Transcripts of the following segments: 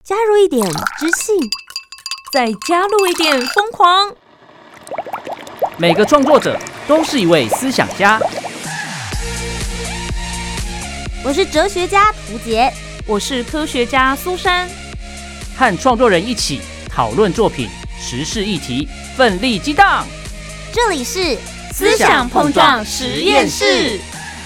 加入一点知性， 再加入一点疯狂。 每个创作者都是一位思想家。 我是哲学家涂杰， 我是科学家苏珊， 和创作人一起讨论作品、时事议题，奋力激荡。 这里是思想碰撞实验室。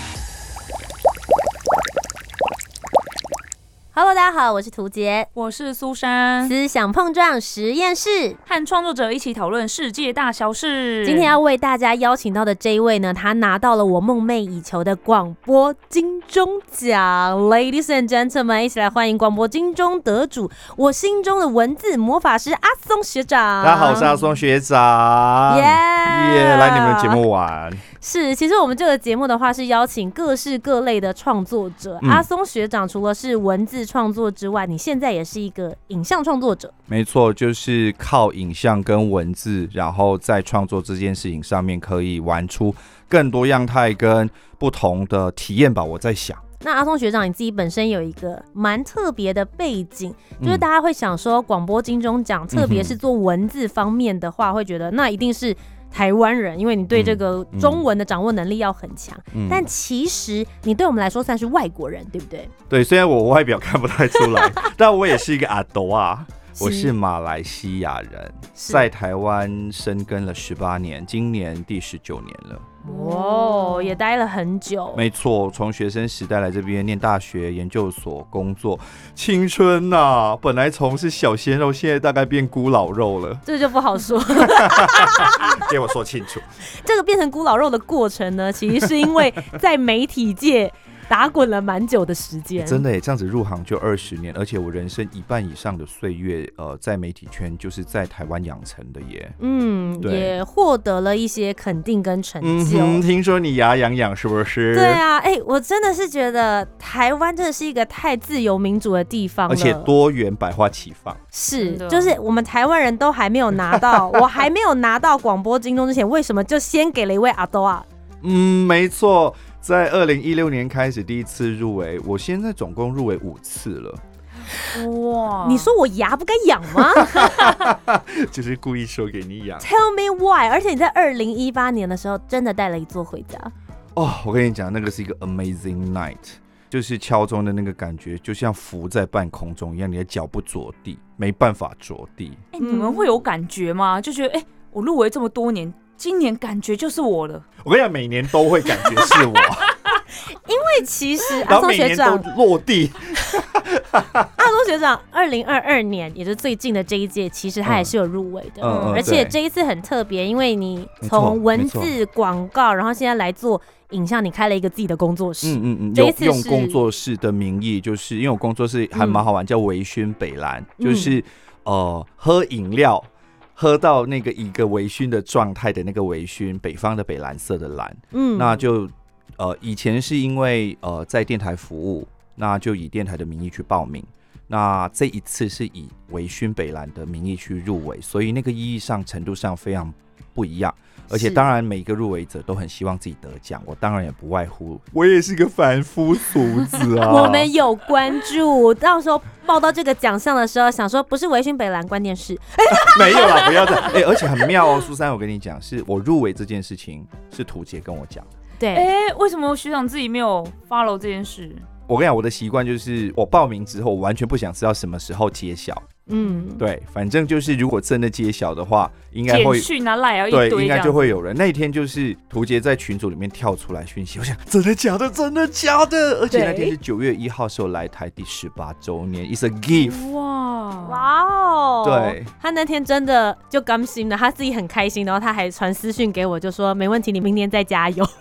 Hello， 大家好，我是涂杰， 我是苏珊， 思想碰撞实验室， 和创作者一起讨论世界大小事。 今天要为大家邀请到的这一位呢，他拿到了我梦寐以求的广播金钟奖。Ladies and gentlemen， 一起来欢迎广播金钟得主，我心中的文字魔法师阿松学长。 大家好，我是阿松学长。来你们的节目玩。 是，其实我们这个节目的话是邀请各式各类的创作者。阿松学长除了是文字创作之外，你现在也是一个影像创作者。 没错，就是靠影像跟文字，然后在创作这件事情上面可以玩出更多样态跟不同的体验吧。我在想， 那阿松学长你自己本身有一个蛮特别的背景，就是大家会想说广播金钟奖，特别是做文字方面的话，会觉得那一定是台湾人，因为你对这个中文的掌握能力要很强。但其实你对我们来说算是外国人，对不对？ 对，虽然我外表看不太出来，但我也是一个阿斗啊。我是马来西亚人，在台湾深耕了18年，今年第19年了。 哦，也待了很久。 没错，从学生时代来这边念大学、研究所、工作，青春啊，本来从是小鲜肉，现在大概变孤老肉了。 这就不好说。 给我说清楚。 这个变成孤老肉的过程呢，其实是因为在媒体界打滚了蛮久的时间。 真的耶，这样子入行就20年，而且我人生一半以上的岁月，在媒体圈就是在台湾养成的耶。 也获得了一些肯定跟成就。 听说你牙痒痒是不是？ 对啊，我真的是觉得台湾真的是一个太自由民主的地方了， 而且多元百花齐放。 是，就是我们台湾人都还没有拿到，我还没有拿到广播金钟之前，为什么就先给了一位阿多啊？ 没错。在2016年开始第一次入围，我现在总共入围5次了。 哇！你说我牙不该痒吗？ 就是故意说给你痒。 Tell me why！ 而且你在2018年的时候真的带了一座回家。 我跟你讲，那个是一个 amazing night， 就是敲钟的那个感觉，就像浮在半空中一样，你的脚不着地，没办法着地。 你们会有感觉吗？就觉得我入围这么多年，今年感觉就是我了。 我跟你讲，每年都会感觉是我。 因为其实阿松学长每年都落地。 阿松学长2022年，也就是最近的这一届，其实他也是有入围的。而且这一次很特别，因为你从文字、广告，然后现在来做影像，你开了一个自己的工作室。 用工作室的名义，就是因为我工作室还蛮好玩，叫微醺北蓝，就是喝饮料。喝到那个一个微醺的状态的那个微醺，北方的北，蓝色的蓝。那就以前是因为在电台服务，那就以电台的名义去报名。那这一次是以微醺北蓝的名义去入围，所以那个意义上程度上非常不一样。而且当然每一个入围者都很希望自己得奖，我当然也不外乎，我也是个凡夫俗子啊。 我们有关注，到时候报到这个奖项的时候，想说不是微醺北蓝关键是没有啦，不要这样。而且很妙哦，苏珊，我跟你讲，是我入围这件事情是涂杰跟我讲的。 对， 为什么学长自己没有 follow 这件事？ 我跟你讲，我的习惯就是我报名之后，我完全不想知道什么时候揭晓。对，反正就是如果真的揭晓的话，应该会简讯啊赖啊一堆， 对，应该就会有人。那一天就是涂杰在群组里面跳出来讯息，我想真的假的，真的假的？而且那天是9月1号，是我来台第18周年 ，It's a gift。 哇哦！对，他那天真的就甘心了，他自己很开心，然后他还传私讯给我，就说没问题，你明年再加油。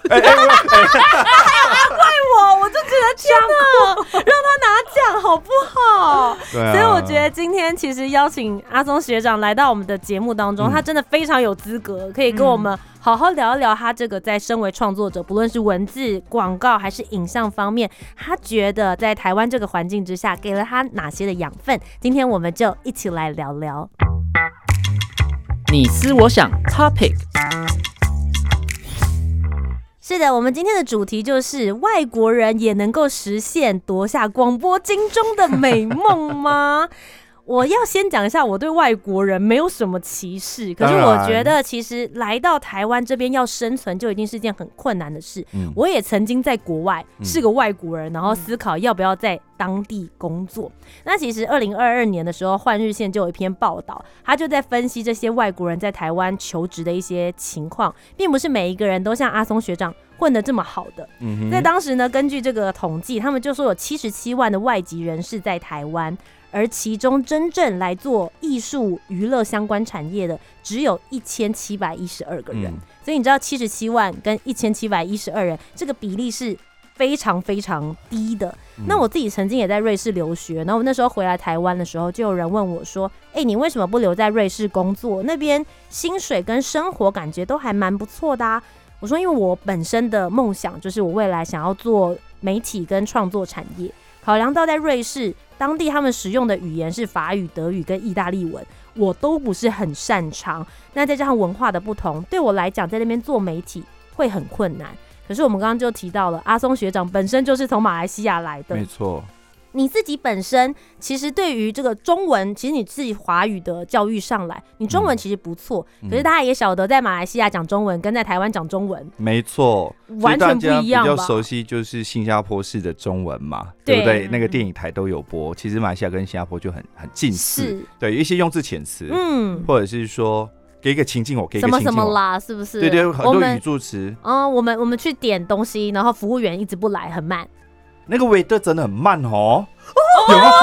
我就觉得天哪，让他拿奖好不好？所以我觉得今天其实邀请阿松学长来到我们的节目当中，他真的非常有资格，可以跟我们好好聊一聊他这个在身为创作者，不论是文字、广告还是影像方面，他觉得在台湾这个环境之下，给了他哪些的养分？今天我们就一起来聊聊。 你思我想 Topic。 是的，我们今天的主题就是外国人也能够实现夺下广播金钟的美梦吗？ 我要先讲一下，我对外国人没有什么歧视，可是我觉得其实来到台湾这边要生存就已经是件很困难的事。我也曾经在国外是个外国人，然后思考要不要在当地工作。那其实2022年的时候，换日线就有一篇报道，他就在分析这些外国人在台湾求职的一些情况，并不是每一个人都像阿松学长混得这么好的。在当时呢，根据这个统计，他们就说有77万的外籍人士在台湾，而其中真正来做艺术娱乐相关产业的只有1712个人。所以你知道77万跟1712人这个比例是非常非常低的。那我自己曾经也在瑞士留学，然后我那时候回来台湾的时候，就有人问我说：“你为什么不留在瑞士工作？那边薪水跟生活感觉都还蛮不错的啊。”我说：“因为我本身的梦想就是我未来想要做媒体跟创作产业，考量到在瑞士当地他们使用的语言是法语、德语跟意大利文，我都不是很擅长。那再加上文化的不同，对我来讲在那边做媒体会很困难。”可是我们刚刚就提到了，阿松学长本身就是从马来西亚来的， 没错。 你自己本身其实对于这个中文，其实你自己华语的教育上来，你中文其实不错。可是大家也晓得，在马来西亚讲中文跟在台湾讲中文， 没错， 完全不一样吧？ 比较熟悉就是新加坡式的中文嘛，对不对？那个电影台都有播。其实马来西亚跟新加坡就很近似，对一些用字遣词，或者是说。给一个情境，我给一个情境， 什么啦，是不是？ 对对，很多语助词。 我们去点东西，然后服务员一直不来，很慢。 那个waiter真的很慢哦。 有吗？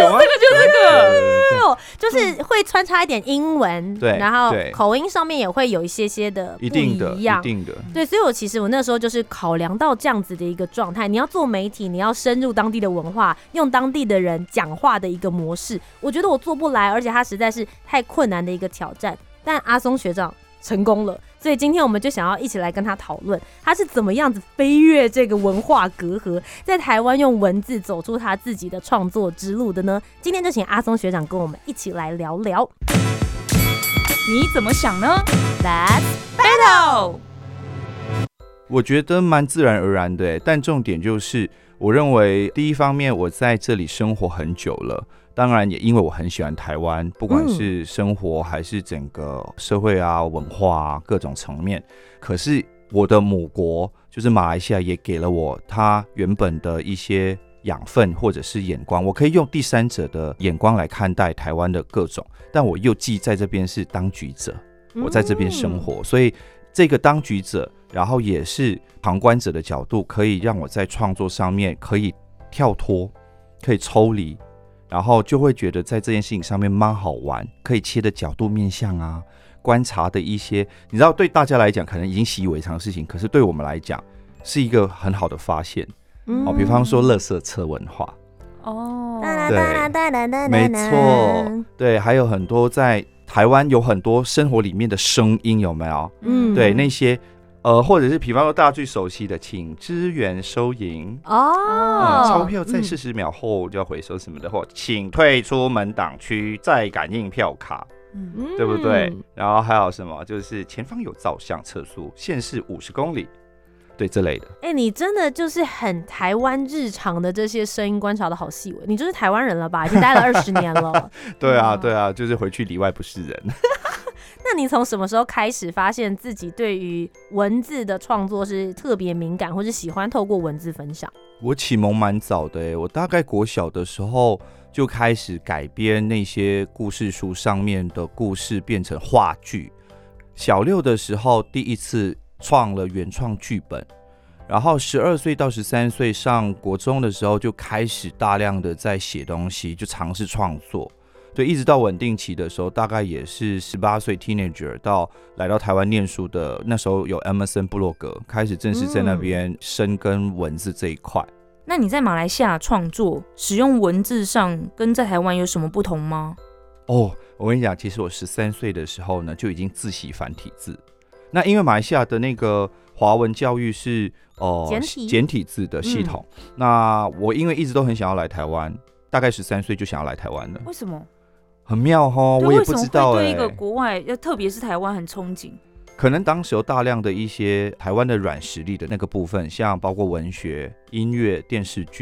就是会穿插一点英文， 对， 然后口音上面也会有一些的不一样， 一定的。 对，所以我那时候就是考量到这样子的一个状态，你要做媒体，你要深入当地的文化，用当地的人讲话的一个模式，我觉得我做不来，而且它实在是太困难的一个挑战。但阿松学长成功了，所以今天我们就想要一起来跟他讨论，他是怎么样子飞越这个文化隔阂，在台湾用文字走出他自己的创作之路的呢？今天就请阿松学长跟我们一起来聊聊。 你怎么想呢 ？Let's battle。 我觉得蛮自然而然的，但重点就是，我认为第一方面，我在这里生活很久了。当然也因为我很喜欢台湾，不管是生活还是整个社会啊、文化啊各种层面。可是我的母国就是马来西亚，也给了我它原本的一些养分或者是眼光，我可以用第三者的眼光来看待台湾的各种，但我又既在这边是当局者，我在这边生活，所以这个当局者，然后也是旁观者的角度，可以让我在创作上面可以跳脱，可以抽离。然后就会觉得在这件事情上面蛮好玩，可以切的角度面向啊，观察的一些，你知道对大家来讲可能已经习以为常的事情，可是对我们来讲是一个很好的发现。比方说垃圾车文化。对，没错，对，还有很多在台湾有很多生活里面的声音，有没有？对，那些。或者是比方说大家最熟悉的，请支援收银钞票在40秒后就要回收什么的，或请退出门档区再感应票卡，对不对？然后还有什么，就是前方有照相测速，限时50公里，对这类的。 你真的就是很台湾日常的这些声音观察的好细微，你就是台湾人了吧？已经待了20年了。 对啊，就是回去里外不是人。 那你从什么时候开始发现自己对于文字的创作是特别敏感，或是喜欢透过文字分享？ 我启蒙蛮早的，我大概国小的时候就开始改编那些故事书上面的故事变成话剧。小6的时候第一次创了原创剧本，然后12岁到13岁上国中的时候就开始大量的在写东西，就尝试创作。对，一直到稳定期的时候，大概也是18岁 teenager 到来到台湾念书的，那时候有 MSN 部落格，开始正式在那边深耕文字这一块。 那你在马来西亚创作使用文字上跟在台湾有什么不同吗？ 我跟你讲，其实我13岁的时候呢就已经自习繁体字。那因为马来西亚的那个华文教育是简体字的系统，那我因为一直都很想要来台湾，大概13岁就想要来台湾了。 为什么？ 很妙我也不知道为什么会对一个国外，特别是台湾很憧憬？ 可能当时有大量的一些台湾的软实力的那个部分，像包括文学、音乐、电视剧，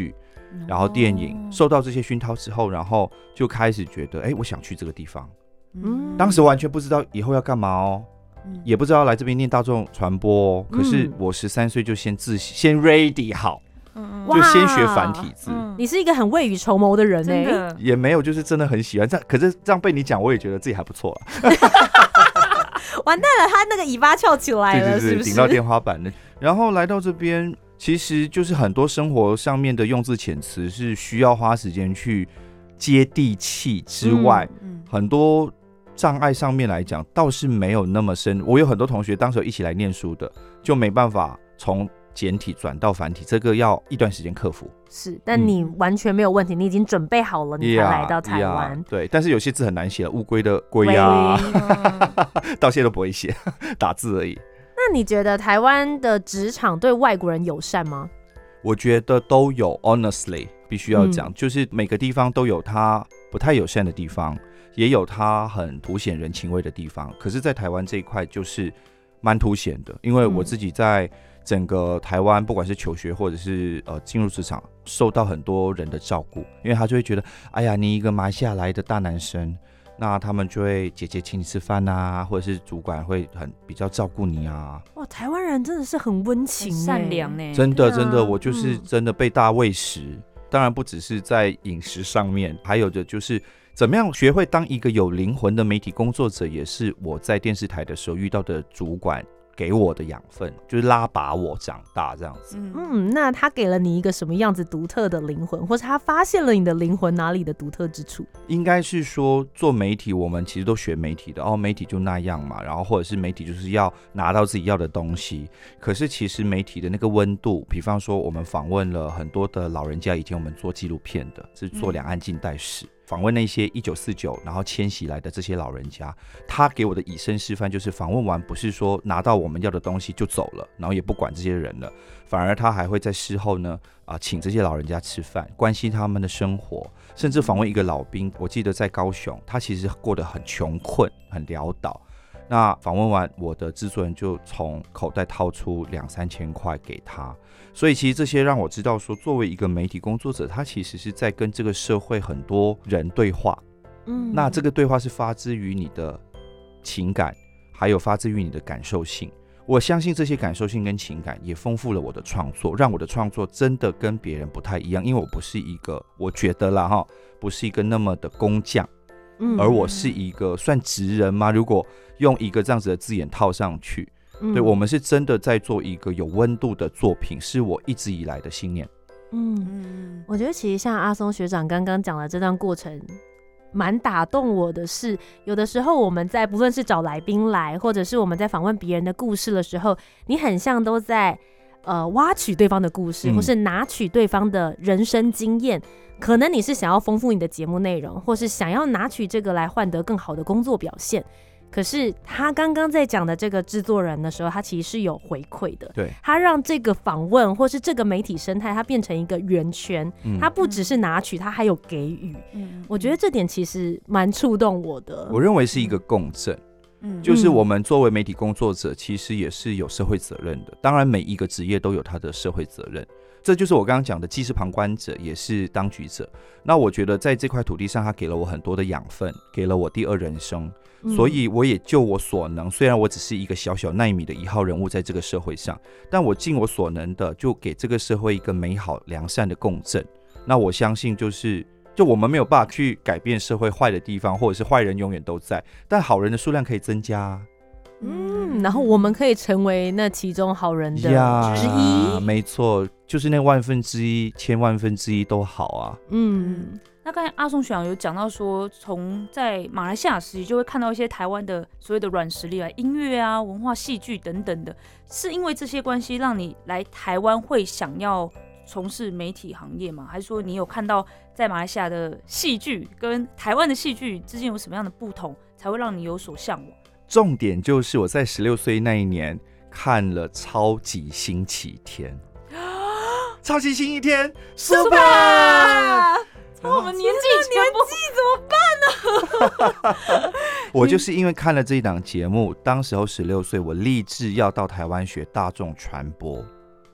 然后电影，受到这些熏陶之后，然后就开始觉得，我想去这个地方。当时完全不知道以后要干嘛哦，也不知道来这边念大众传播哦。可是我13岁就先 ready 好，就先学繁体字。 你是一个很未雨绸缪的人欸， 也没有，就是真的很喜欢。可是这样被你讲，我也觉得自己还不错了。 完蛋了，他那个尾巴翘起来了，是不是？ 顶到天花板了。然后来到这边，其实就是很多生活上面的用字遣词是需要花时间去接地气之外，很多障碍上面来讲倒是没有那么深。我有很多同学当时一起来念书的，就没办法从简体转到繁体，这个要一段时间克服。 是，但你完全没有问题，你已经准备好了，你才来到台湾。 对，但是有些字很难写，乌龟的龟啊，到现在都不会写，打字而已。 那你觉得台湾的职场对外国人友善吗？ 我觉得都有 ，honestly 必须要讲，就是每个地方都有它不太友善的地方，也有它很凸显人情味的地方。可是，在台湾这一块就是蛮凸显的，因为我自己在整个台湾，不管是求学或者是进入职场，受到很多人的照顾，因为他就会觉得，哎呀，你一个马来西亚来的大男生。那他们就会姐姐请你吃饭啊，或者是主管会比较照顾你啊。 哇，台湾人真的是很温情、 善良呢。 真的，我就是真的被大喂食。当然不只是在饮食上面，还有的就是怎么样学会当一个有灵魂的媒体工作者，也是我在电视台的时候遇到的主管给我的养分，就是拉拔我长大这样子。 那他给了你一个什么样子独特的灵魂，或是他发现了你的灵魂哪里的独特之处？ 应该是说做媒体，我们其实都学媒体的，媒体就那样嘛，然后或者是媒体就是要拿到自己要的东西。可是其实媒体的那个温度，比方说我们访问了很多的老人家，以前我们做纪录片的，是做两岸近代史。访问那些1949然后迁徙来的这些老人家，他给我的以身示范就是访问完不是说拿到我们要的东西就走了，然后也不管这些人了，反而他还会在事后呢请这些老人家吃饭，关心他们的生活，甚至访问一个老兵，我记得在高雄，他其实过得很穷困很潦倒。那访问完，我的制作人就从口袋掏出2-3千块给他，所以其实这些让我知道说，作为一个媒体工作者，他其实是在跟这个社会很多人对话。那这个对话是发自于你的情感，还有发自于你的感受性。我相信这些感受性跟情感也丰富了我的创作，让我的创作真的跟别人不太一样，因为我不是一个，我觉得啦哈，不是一个那么的工匠。而我是一个算职人吗？如果用一个这样子的字眼套上去，对，我们是真的在做一个有温度的作品，是我一直以来的信念。 我觉得其实像阿松学长刚刚讲的这段过程，蛮打动我的是，有的时候我们在不论是找来宾来，或者是我们在访问别人的故事的时候，你很像都在挖取对方的故事，或是拿取对方的人生经验。可能你是想要丰富你的节目内容，或是想要拿取这个来换得更好的工作表现。可是他刚刚在讲的这个制作人的时候，他其实是有回馈的。 对， 他让这个访问或是这个媒体生态，它变成一个圆圈。他不只是拿取，他还有给予。我觉得这点其实蛮触动我的。 我认为是一个共振。就是我们作为媒体工作者，其实也是有社会责任的。当然，每一个职业都有他的社会责任。这就是我刚刚讲的，既是旁观者，也是当局者。那我觉得在这块土地上，他给了我很多的养分，给了我第二人生。所以我也就我所能，虽然我只是一个小小奈米的1号人物在这个社会上，但我尽我所能的，就给这个社会一个美好良善的共振。那我相信就我们没有办法去改变社会坏的地方，或者是坏人永远都在，但好人的数量可以增加。 然后我们可以成为那其中好人的之一。 没错，就是那1/1000、10000000%都好啊。 那刚才阿松学长有讲到说，从在马来西亚时期就会看到一些台湾的所谓的软实力啊，音乐啊、文化、戏剧等等的，是因为这些关系让你来台湾会想要从事媒体行业吗？还是说你有看到在马来西亚的戏剧跟台湾的戏剧之间有什么样的不同，才会让你有所向往？ 重点就是我在16岁那一年看了《超级星期天》，超级星期天 Super， 我们年纪怎么办呢？ 我就是因为看了这一档节目，当时候16岁，我立志要到台湾学大众传播。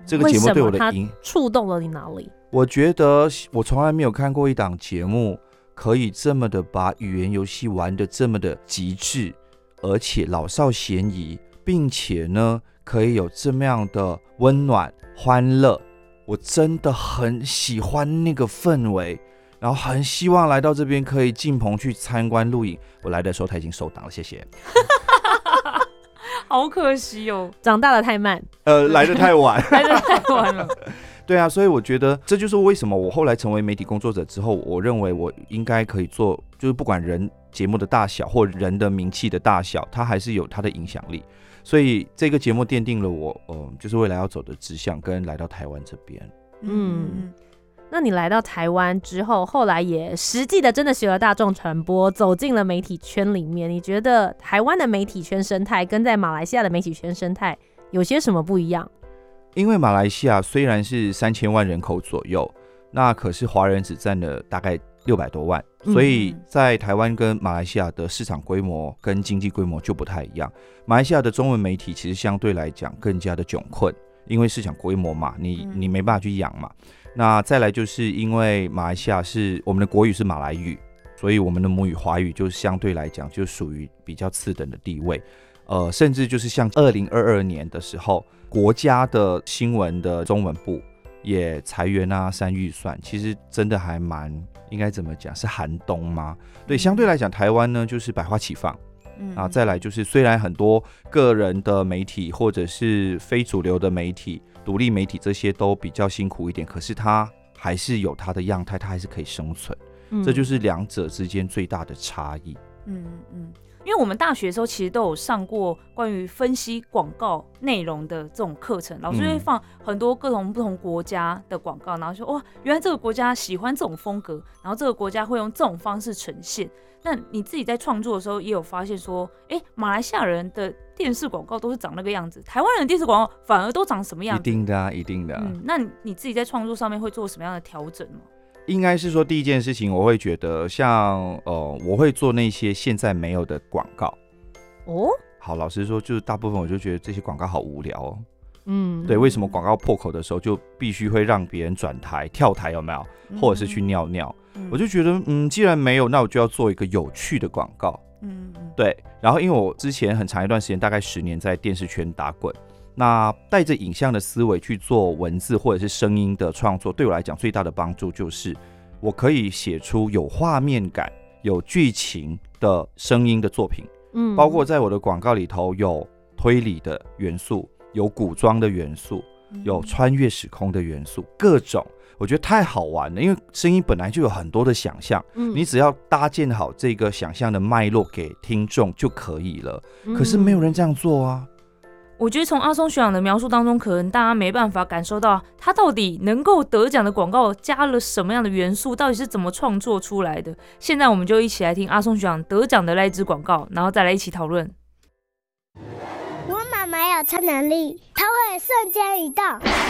这个节目对我的触动了你哪里？ 我觉得我从来没有看过一档节目可以这么的把语言游戏玩得这么的极致，而且老少咸宜，并且呢可以有这么样的温暖欢乐。我真的很喜欢那个氛围，然后很希望来到这边可以进棚去参观录影。我来的时候他已经收档了，谢谢。 好可惜哦， 长大的太慢， 来得太晚， 来得太晚了。 对啊，所以我觉得这就是为什么我后来成为媒体工作者之后，我认为我应该可以做，就是不管人节目的大小或人的名气的大小，它还是有它的影响力。所以这个节目奠定了我，就是未来要走的志向，跟来到台湾这边。 那你来到台湾之后，后来也实际的真的学了大众传播，走进了媒体圈里面。你觉得台湾的媒体圈生态跟在马来西亚的媒体圈生态有些什么不一样？ 因为马来西亚虽然是3000万人口左右，那可是华人只占了大概600多万，所以在台湾跟马来西亚的市场规模跟经济规模就不太一样。马来西亚的中文媒体其实相对来讲更加的窘困，因为市场规模嘛，你没办法去养嘛。那再来就是因为马来西亚是我们的国语是马来语，所以我们的母语华语就相对来讲就属于比较次等的地位。甚至就是像2022年的时候，国家的新闻的中文部也裁员啊，删预算，其实真的还蛮，应该怎么讲，是寒冬吗？对，相对来讲台湾呢就是百花齐放。再来就是虽然很多个人的媒体或者是非主流的媒体、独立媒体这些都比较辛苦一点，可是它还是有它的样态，它还是可以生存。这就是两者之间最大的差异。 因为我们大学的时候其实都有上过关于分析广告内容的这种课程，老师会放很多各种不同国家的广告，然后说哇，原来这个国家喜欢这种风格，然后这个国家会用这种方式呈现。那你自己在创作的时候也有发现说，马来西亚人的电视广告都是长那个样子，台湾人的电视广告反而都长什么样子？ 一定的啊，一定的。 那你自己在创作上面会做什么样的调整吗？ 应该是说第一件事情，我会觉得像我会做那些现在没有的广告。好，老实说，就是大部分我就觉得这些广告好无聊哦。对，为什么广告破口的时候就必须会让别人转台、跳台，有没有？或者是去尿尿？我就觉得，既然没有，那我就要做一个有趣的广告。对。然后，因为我之前很长一段时间，大概10年在电视圈打滚，那带着影像的思维去做文字或者是声音的创作，对我来讲最大的帮助就是我可以写出有画面感、有剧情的声音的作品。包括在我的广告里头有推理的元素，有古装的元素，有穿越时空的元素，各种我觉得太好玩了。因为声音本来就有很多的想象，你只要搭建好这个想象的脉络给听众就可以了。可是没有人这样做啊。 我觉得从阿松学长的描述当中，可能大家没办法感受到他到底能够得奖的广告加了什么样的元素，到底是怎么创作出来的。现在我们就一起来听阿松学长得奖的那一支广告，然后再来一起讨论。 我妈妈有超能力，她会瞬间移动。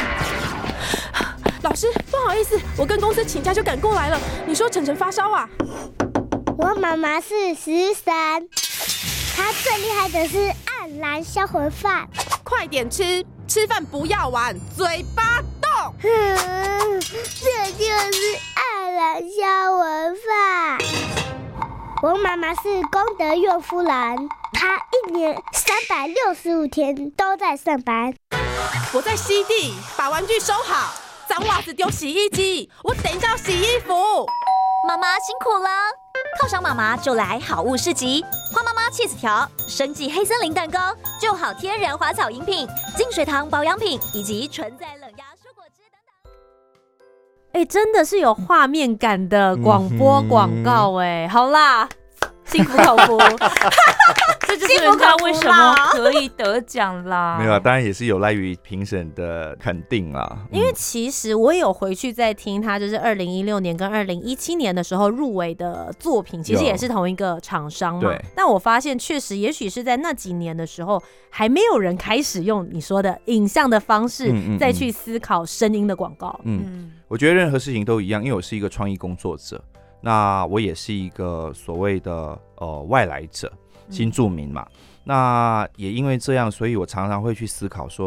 老师，不好意思，我跟公司请假就赶过来了。你说晨晨发烧啊？ 我妈妈是食神，她最厉害的是黯然销魂饭。 快点吃，吃饭不要玩，嘴巴动。 这就是黯然销魂饭。我妈妈是功德院夫人，她1年365天都在上班。 我在吸地，把玩具收好，脏袜子丢洗衣机，我等一下要洗衣服。 妈妈辛苦了，犒赏妈妈就来好物市集，花妈妈cheese条、生技黑森林蛋糕、就好天然花草饮品、净水堂保养品以及纯在冷压蔬果汁等等。 真的是有画面感的广播广告好啦，心服口服。 这就是人家为什么可以得奖啦。 没有啊，当然也是有赖于评审的肯定啦。 因为其实我也有回去再听他，就是2016年跟2017年的时候入围的作品，其实也是同一个厂商嘛。但我发现确实，也许是在那几年的时候，还没有人开始用你说的影像的方式再去思考声音的广告。 我觉得任何事情都一样，因为我是一个创意工作者，那我也是一个所谓的外来者。新住民嘛，那也因为这样，所以我常常会去思考说，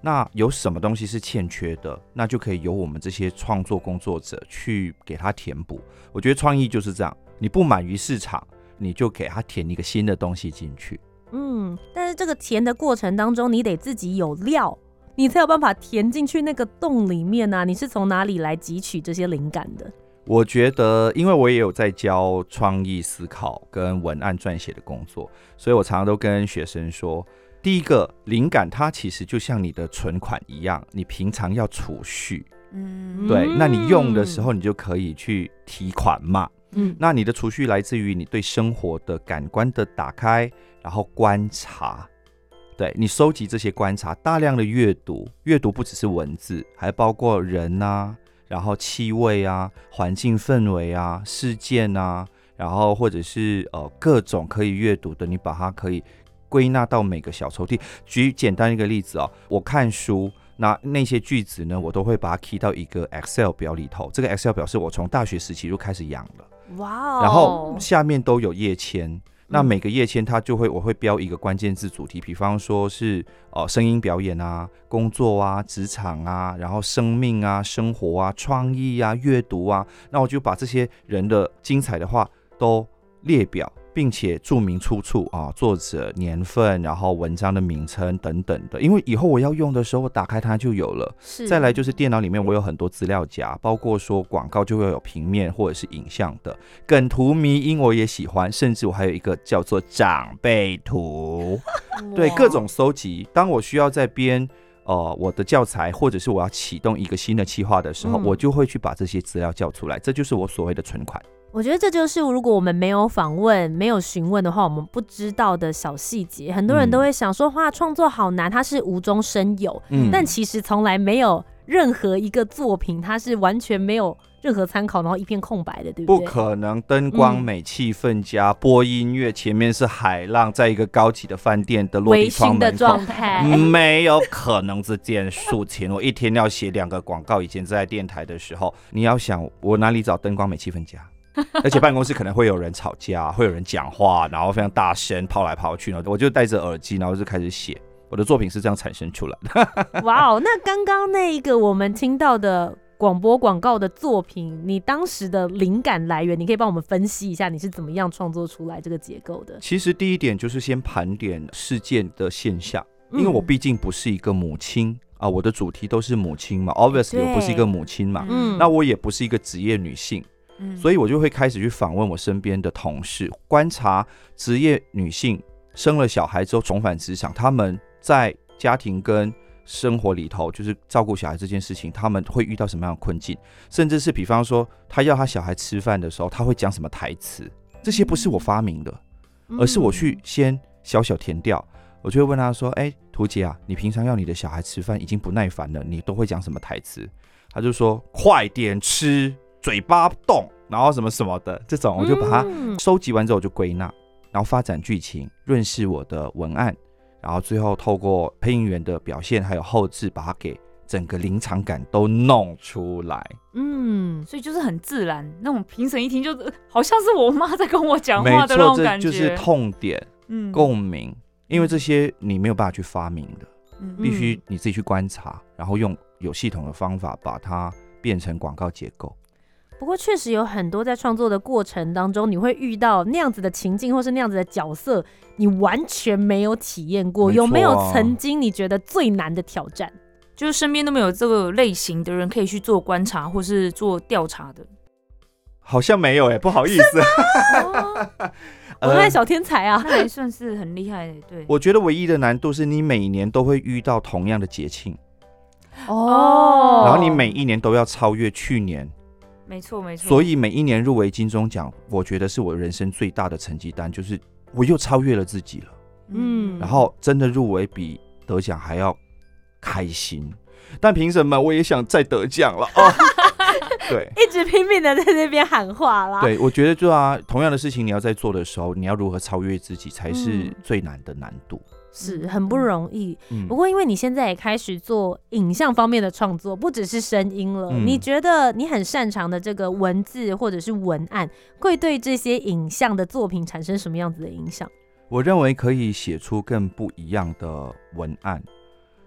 那有什么东西是欠缺的，那就可以由我们这些创作工作者去给它填补。我觉得创意就是这样，你不满于市场，你就给它填一个新的东西进去。 但是这个填的过程当中，你得自己有料，你才有办法填进去那个洞里面啊。你是从哪里来汲取这些灵感的？ 我觉得，因为我也有在教创意思考跟文案撰写的工作，所以我常常都跟学生说，第一个灵感它其实就像你的存款一样，你平常要储蓄，对，那你用的时候你就可以去提款嘛。那你的储蓄来自于你对生活的感官的打开，然后观察，对，你收集这些观察，大量的阅读不只是文字，还包括人啊，然后气味啊，环境氛围啊，事件啊，然后或者是各种可以阅读的，你把它可以归纳到每个小抽屉。举简单一个例子我看书，那些句子呢，我都会把它 key 到一个 Excel 表里头。这个 Excel 表是我从大学时期就开始养了，然后下面都有页签。那每个页签它我会标一个关键字主题，比方说是声音表演啊、工作啊、职场啊，然后生命啊、生活啊、创意啊、阅读啊，那我就把这些人的精彩的话都列表，并且注明出处作者、年份，然后文章的名称等等的，因为以后我要用的时候，我打开它就有了。再来就是电脑里面我有很多资料夹，包括说广告就会有平面或者是影像的，梗图迷因我也喜欢，甚至我还有一个叫做长辈图，对，各种搜集。当我需要在编我的教材，或者是我要启动一个新的企划的时候，我就会去把这些资料叫出来，这就是我所谓的存款。 我觉得这就是如果我们没有访问、没有询问的话，我们不知道的小细节。很多人都会想说，哇，创作好难，它是无中生有，但其实从来没有任何一个作品，它是完全没有任何参考，然后一片空白的，对不对？ 不可能，灯光美、气氛佳，播音乐，前面是海浪，在一个高级的饭店的落地窗门口，微醺的状态，没有可能这件事情。我一天要写2个广告，以前在电台的时候，你要想我哪里找灯光美、气氛佳？而且办公室可能会有人吵架，会有人讲话，然后非常大声跑来跑去，然后我就戴着耳机，然后就开始写。我的作品是这样产生出来的。 哇那刚刚那一个我们听到的广播广告的作品，你当时的灵感来源，你可以帮我们分析一下你是怎么样创作出来这个结构的？其实第一点就是先盘点事件的现象，因为我毕竟不是一个母亲我的主题都是母亲嘛 ，obviously 我不是一个母亲嘛，那我也不是一个职业女性。所以我就会开始去访问我身边的同事，观察职业女性生了小孩之后重返职场，他们在家庭跟生活里头，就是照顾小孩这件事情，他们会遇到什么样的困境，甚至是比方说他要他小孩吃饭的时候，他会讲什么台词，这些不是我发明的，而是我去先小小填掉。我就会问他说，图姐啊，你平常要你的小孩吃饭已经不耐烦了，你都会讲什么台词？他就说快点吃，嘴巴动，然后什么什么的，这种我就把它收集完之后我就归纳，然后发展剧情，润饰我的文案，然后最后透过配音员的表现还有后制，把它给整个临场感都弄出来。 所以就是很自然，那种评审一听就好像是我妈在跟我讲话的那种感觉。 没错，这就是痛点，共鸣，因为这些你没有办法去发明的，必须你自己去观察，然后用有系统的方法把它变成广告结构。 不过确实有很多在创作的过程当中，你会遇到那样子的情境或是那样子的角色，你完全没有体验过。有没有曾经你觉得最难的挑战？ 就是身边都没有这个类型的人可以去做观察或是做调查的。 好像没有不好意思。 我看小天才啊， 那还算是很厉害的。对， 我觉得唯一的难度是你每年都会遇到同样的节庆然后你每一年都要超越去年。 没错， 所以每一年入围金钟奖，我觉得是我人生最大的成绩单，就是我又超越了自己了。然后真的入围比得奖还要开心，但评审们我也想再得奖了对， 一直拼命的在那边喊话啦。 对，我觉得就同样的事情你要在做的时候，你要如何超越自己才是最难的难度。 是很不容易。不过因为你现在也开始做影像方面的创作，不只是声音了，你觉得你很擅长的这个文字或者是文案，会对这些影像的作品产生什么样子的影响？ 我认为可以写出更不一样的文案，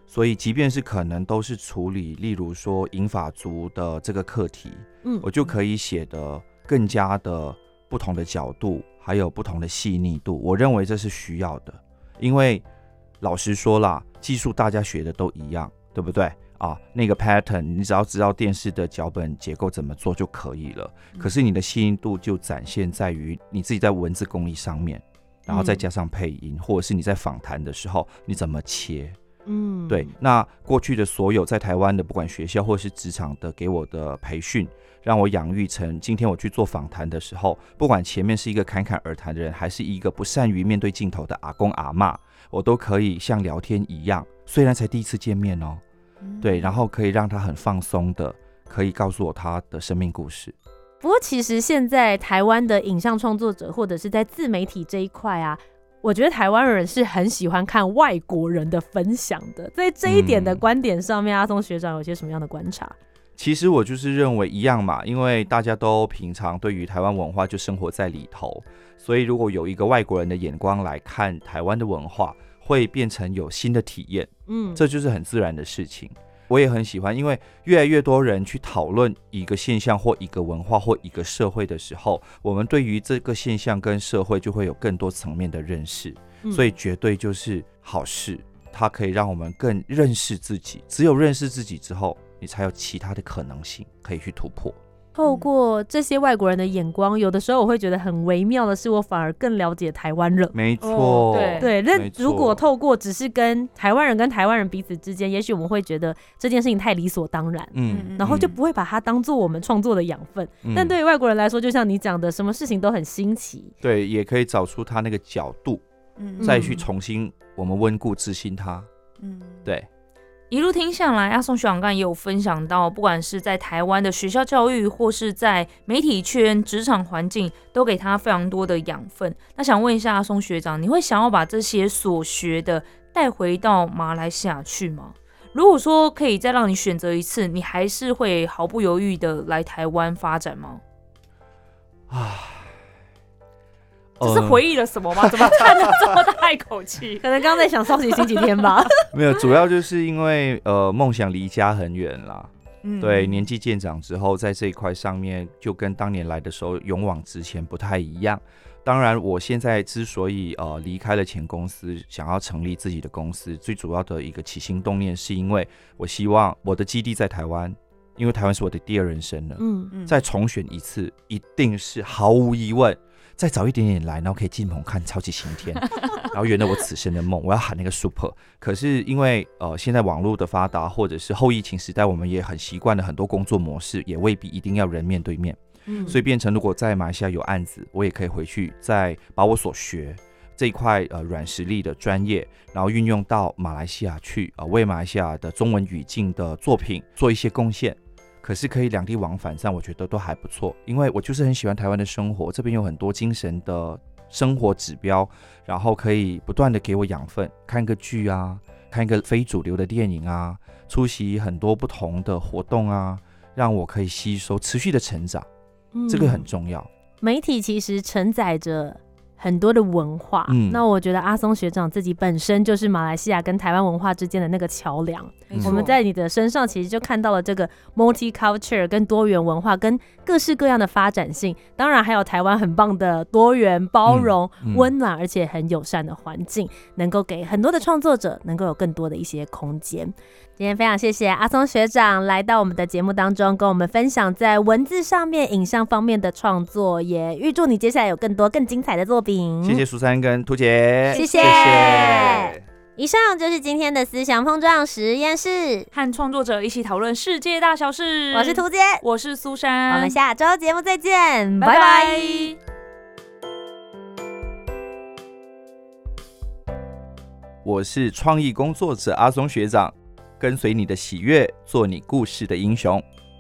所以即便是可能都是处理例如说银发族的这个课题，我就可以写得更加的不同的角度，还有不同的细腻度，我认为这是需要的。因为老实说啦，技术大家学的都一样，对不对啊？那个 pattern 你只要知道电视的脚本结构怎么做就可以了，可是你的细腻度就展现在于你自己在文字功力上面，然后再加上配音，或者是你在访谈的时候你怎么切。对，那过去的所有在台湾的不管学校或是职场的给我的培训，让我养育成今天我去做访谈的时候，不管前面是一个侃侃而谈的人，还是一个不善于面对镜头的阿公阿嬷，我都可以像聊天一样，虽然才第一次见面哦，对，然后可以让他很放松的可以告诉我他的生命故事。 不过其实现在台湾的影像创作者或者是在自媒体这一块啊，我觉得台湾人是很喜欢看外国人的分享的，在这一点的观点上面，阿松学长有些什么样的观察？ 其实我就是认为一样嘛，因为大家都平常对于台湾文化就生活在里头，所以如果有一个外国人的眼光来看台湾的文化，会变成有新的体验，这就是很自然的事情。我也很喜欢，因为越来越多人去讨论一个现象或一个文化或一个社会的时候，我们对于这个现象跟社会就会有更多层面的认识，所以绝对就是好事，它可以让我们更认识自己，只有认识自己之后，你才有其他的可能性可以去突破。 透过这些外国人的眼光，有的时候我会觉得很微妙的是，我反而更了解台湾人。 没错， 对，如果透过只是跟台湾人彼此之间，也许我们会觉得这件事情太理所当然，然后就不会把它当做我们创作的养分。但对于外国人来说，就像你讲的，什么事情都很新奇， 对，也可以找出他那个角度，再去重新我们温故知新他，对。 一路听下来，阿松学长刚才也有分享到，不管是在台湾的学校教育，或是在媒体圈、职场环境，都给他非常多的养分。那想问一下阿松学长，你会想要把这些所学的带回到马来西亚去吗？如果说可以再让你选择一次，你还是会毫不犹豫的来台湾发展吗？这是回忆了什么吗？怎么叹了这么大一口气？ 可能刚刚在想少奇星期天吧。 没有，主要就是因为梦想离家很远啦。对，年纪渐长之后，在这一块上面就跟当年来的时候勇往直前不太一样。当然，我现在之所以离开了前公司，想要成立自己的公司，最主要的一个起心动念，是因为我希望我的基地在台湾，因为台湾是我的第二人生了。再重选一次，一定是毫无疑问。再早一点点来，然后可以进棚看超级星天，然后圆了我此生的梦。我要喊那个 super， 可是因为现在网络的发达，或者是后疫情时代，我们也很习惯了很多工作模式，也未必一定要人面对面，所以变成如果在马来西亚有案子，我也可以回去再把我所学这一块软实力的专业，然后运用到马来西亚去，为马来西亚的中文语境的作品做一些贡献。可是可以两地往返上，我觉得都还不错，因为我就是很喜欢台湾的生活，这边有很多精神的生活指标，然后可以不断的给我养分，看个剧啊，看一个非主流的电影啊，出席很多不同的活动啊，让我可以吸收，持续的成长，这个很重要。 媒体其实承载着很多的文化，那我觉得阿松学长自己本身就是马来西亚跟台湾文化之间的那个桥梁。我们在你的身上其实就看到了这个 multicultural 跟多元文化跟各式各样的发展性，当然还有台湾很棒的多元包容、温暖而且很友善的环境，能够给很多的创作者能够有更多的一些空间。今天非常谢谢阿松学长来到我们的节目当中，跟我们分享在文字上面、影像方面的创作，也预祝你接下来有更多更精彩的作品。 谢谢苏珊跟涂姐， 谢谢。以上就是今天的思想碰撞实验室， 和创作者一起讨论世界大小事。 我是涂姐， 我是苏珊， 我们下周节目再见， 拜拜。 我是创意工作者阿松学长，跟随你的喜悦，做你故事的英雄。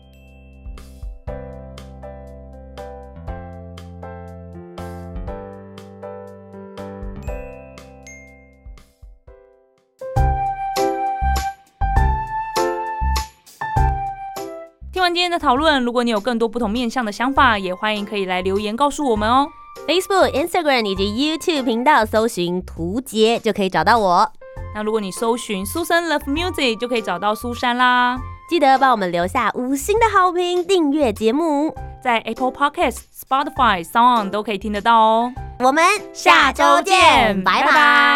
听完今天的讨论，如果你有更多不同面向的想法，也欢迎可以来留言告诉我们哦。 Facebook、Instagram 以及 YouTube 频道搜寻涂杰就可以找到我。 那如果你搜寻苏珊 Love Music 就可以找到苏珊啦。 记得帮我们留下5星的好评，订阅节目， 在 Apple Podcast、Spotify、Sound 都可以听得到哦。 我们下周见，拜拜。